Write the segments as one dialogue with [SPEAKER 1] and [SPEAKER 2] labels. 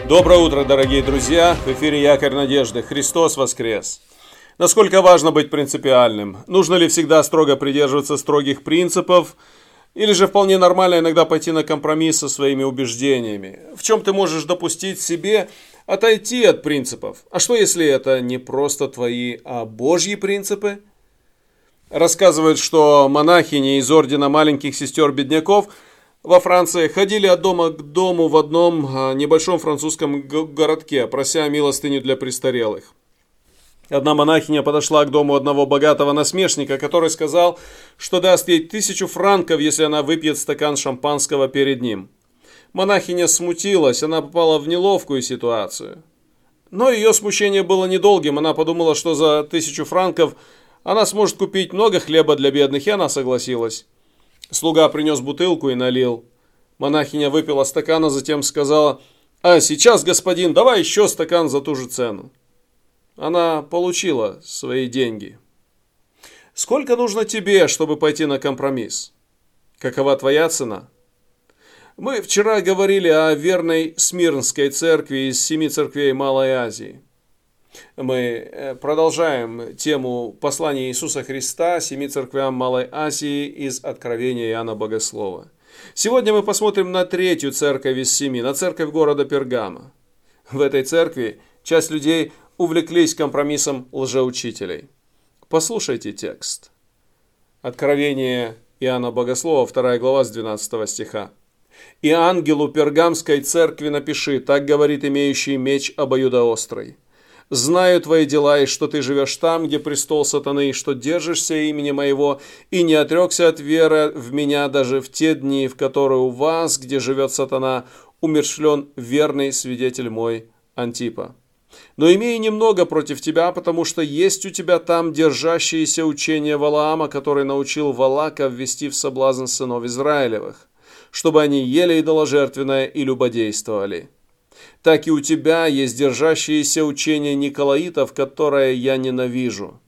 [SPEAKER 1] Доброе утро, дорогие друзья! В эфире Якорь Надежды. Христос воскрес! Насколько важно быть принципиальным? Нужно ли всегда строго придерживаться строгих принципов? Или же вполне нормально иногда пойти на компромисс со своими убеждениями? В чем ты можешь допустить себе отойти от принципов? А что если это не просто твои, а Божьи принципы? Рассказывают, что монахини из ордена маленьких сестер-бедняков во Франции ходили от дома к дому в одном небольшом французском городке, прося милостыню для престарелых. Одна монахиня подошла к дому одного богатого насмешника, который сказал, что даст ей 1000 франков, если она выпьет стакан шампанского перед ним. Монахиня смутилась, она попала в неловкую ситуацию. Но ее смущение было недолгим, она подумала, что за 1000 франков она сможет купить много хлеба для бедных, и она согласилась. Слуга принес бутылку и налил. Монахиня выпила стакан, а затем сказала: «А сейчас, господин, давай еще стакан за ту же цену». Она получила свои деньги. Сколько нужно тебе, чтобы пойти на компромисс? Какова твоя цена? Мы вчера говорили о верной Смирнской церкви из 7 церквей Малой Азии. Мы продолжаем тему послания Иисуса Христа 7 церквям Малой Азии из Откровения Иоанна Богослова. Сегодня мы посмотрим на 3-ю церковь из 7, на церковь города Пергама. В этой церкви часть людей увлеклись компромиссом лжеучителей. Послушайте текст. Откровение Иоанна Богослова, 2 глава с 12 стиха. «И ангелу Пергамской церкви напиши, так говорит имеющий меч обоюдоострый. Знаю твои дела, и что ты живешь там, где престол сатаны, и что держишься имени моего, и не отрекся от веры в меня даже в те дни, в которые у вас, где живет сатана, умерщвлен верный свидетель мой Антипа. Но имею немного против тебя, потому что есть у тебя там держащиеся учения Валаама, который научил Валака ввести в соблазн сынов Израилевых, чтобы они ели идоложертвенное и любодействовали. Так и у тебя есть держащиеся учения Николаитов, которые я ненавижу.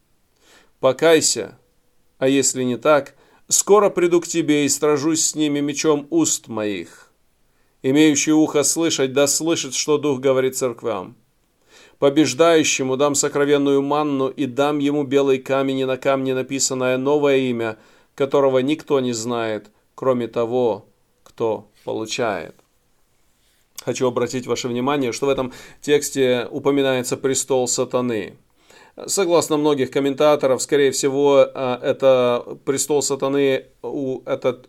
[SPEAKER 1] Покайся, а если не так, скоро приду к тебе и сражусь с ними мечом уст моих. Имеющий ухо слышать, да слышит, что Дух говорит церквям. Побеждающему дам сокровенную манну и дам ему белый камень, и на камне написанное новое имя, которого никто не знает, кроме того, кто получает». Хочу обратить ваше внимание, что в этом тексте упоминается престол сатаны. Согласно многих комментаторов, скорее всего, это престол сатаны, это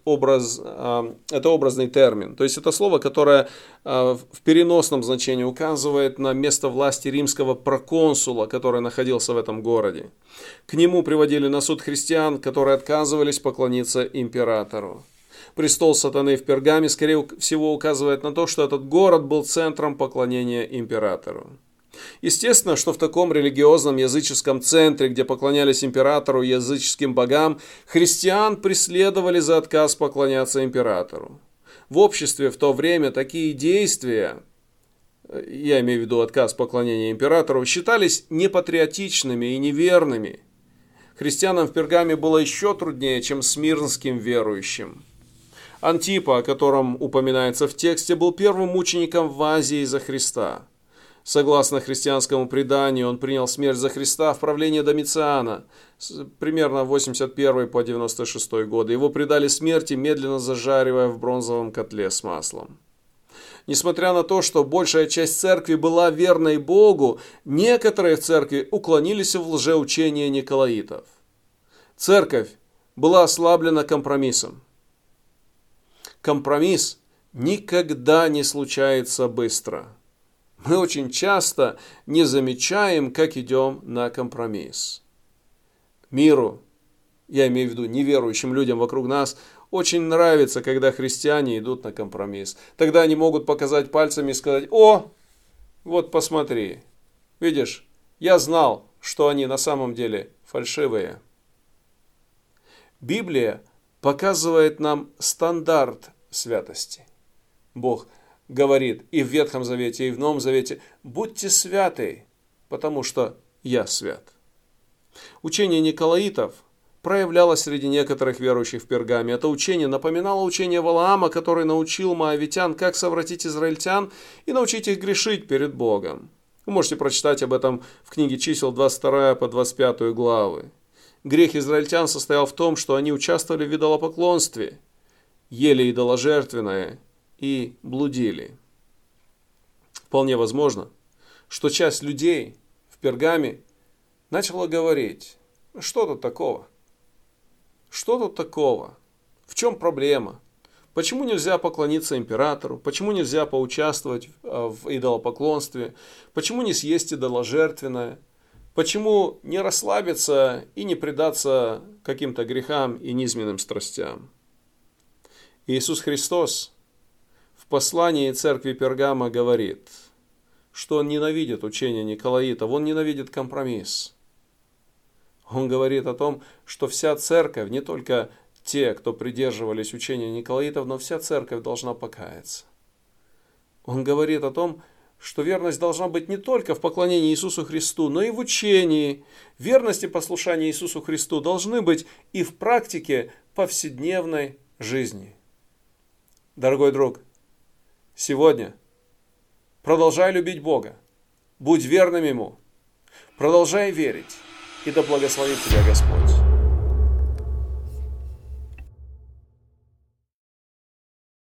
[SPEAKER 1] образный термин. То есть это слово, которое в переносном значении указывает на место власти римского проконсула, который находился в этом городе. К нему приводили на суд христиан, которые отказывались поклониться императору. Престол сатаны в Пергаме, скорее всего, указывает на то, что этот город был центром поклонения императору. Естественно, что в таком религиозном языческом центре, где поклонялись императору, языческим богам, христиан преследовали за отказ поклоняться императору. В обществе в то время такие действия, я имею в виду отказ поклонения императору, считались непатриотичными и неверными. Христианам в Пергаме было еще труднее, чем смирнским верующим. Антипа, о котором упоминается в тексте, был первым мучеником в Азии за Христа. Согласно христианскому преданию, он принял смерть за Христа в правлении Домициана, примерно 81 по 96 годы. Его предали смерти, медленно зажаривая в бронзовом котле с маслом. Несмотря на то, что большая часть церкви была верной Богу, некоторые в церкви уклонились в лжеучение Николаитов. Церковь была ослаблена компромиссом. Компромисс никогда не случается быстро. Мы очень часто не замечаем, как идем на компромисс. Миру, я имею в виду неверующим людям вокруг нас, очень нравится, когда христиане идут на компромисс. Тогда они могут показать пальцами и сказать: «О, вот посмотри, видишь, я знал, что они на самом деле фальшивые». Библия показывает нам стандарт святости. Бог говорит и в Ветхом Завете, и в Новом Завете: «Будьте святы, потому что я свят». Учение Николаитов проявлялось среди некоторых верующих в Пергаме. Это учение напоминало учение Валаама, который научил моавитян, как совратить израильтян и научить их грешить перед Богом. Вы можете прочитать об этом в книге Чисел 22 по 25 главы. Грех израильтян состоял в том, что они участвовали в идолопоклонстве, ели идоложертвенное и блудили. Вполне возможно, что часть людей в Пергаме начала говорить: что тут такого? Что тут такого? В чем проблема? Почему нельзя поклониться императору? Почему нельзя поучаствовать в идолопоклонстве? Почему не съесть идоложертвенное? Почему не расслабиться и не предаться каким-то грехам и низменным страстям? Иисус Христос в послании церкви Пергама говорит, что Он ненавидит учение Николаитов, Он ненавидит компромисс. Он говорит о том, что вся церковь, не только те, кто придерживались учения Николаитов, но вся церковь должна покаяться. Он говорит о том, что верность должна быть не только в поклонении Иисусу Христу, но и в учении. Верность и послушание Иисусу Христу должны быть и в практике повседневной жизни. Дорогой друг, сегодня продолжай любить Бога, будь верным Ему, продолжай верить, и да благословит тебя Господь.